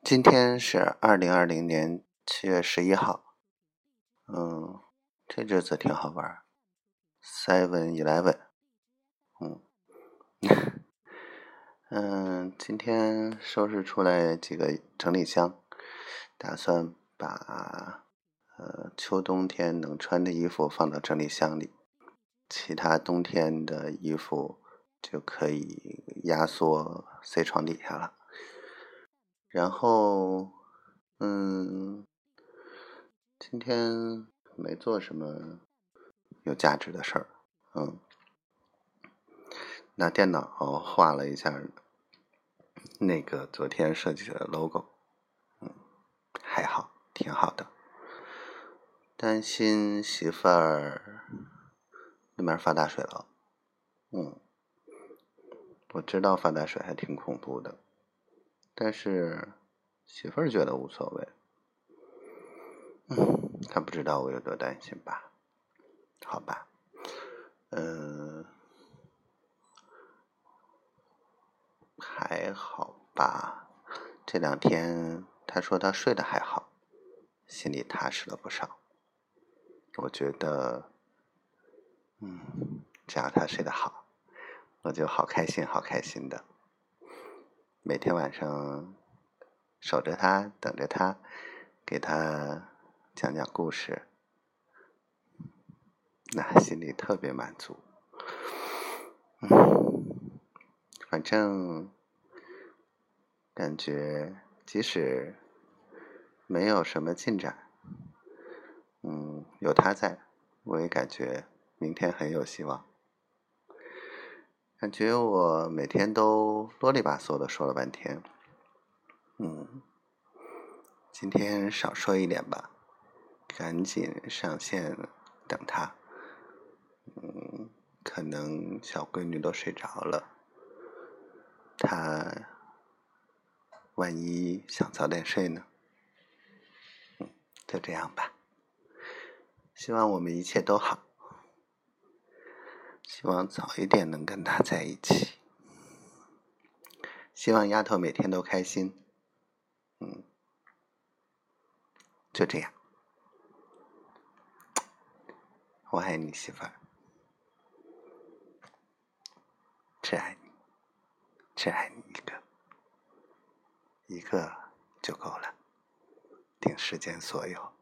今天是2020年7月11号，这日子挺好玩 ，7-11，今天收拾出来几个整理箱，打算把秋冬天能穿的衣服放到整理箱里，其他冬天的衣服就可以压缩塞床底下了。然后今天没做什么有价值的事儿，拿电脑画了一下那个昨天设计的 logo，还好，挺好的。担心媳妇儿那边发大水了，我知道发大水还挺恐怖的，但是媳妇儿觉得无所谓，她不知道我有多担心吧？好吧，还好吧。这2天她说她睡得还好，心里踏实了不少。我觉得，只要她睡得好，我就好开心好开心的。每天晚上守着她，等着她，给她讲讲故事，那心里特别满足。反正感觉即使没有什么进展，有他在，我也感觉明天很有希望。感觉我每天都啰里吧嗦的说了半天，今天少说一点吧，赶紧上线等他。可能小闺女都睡着了，她万一想早点睡呢？就这样吧，希望我们一切都好，希望早一点能跟她在一起，希望丫头每天都开心。就这样，我爱你媳妇儿，只爱你，只爱你一个就够了，顶世间所有。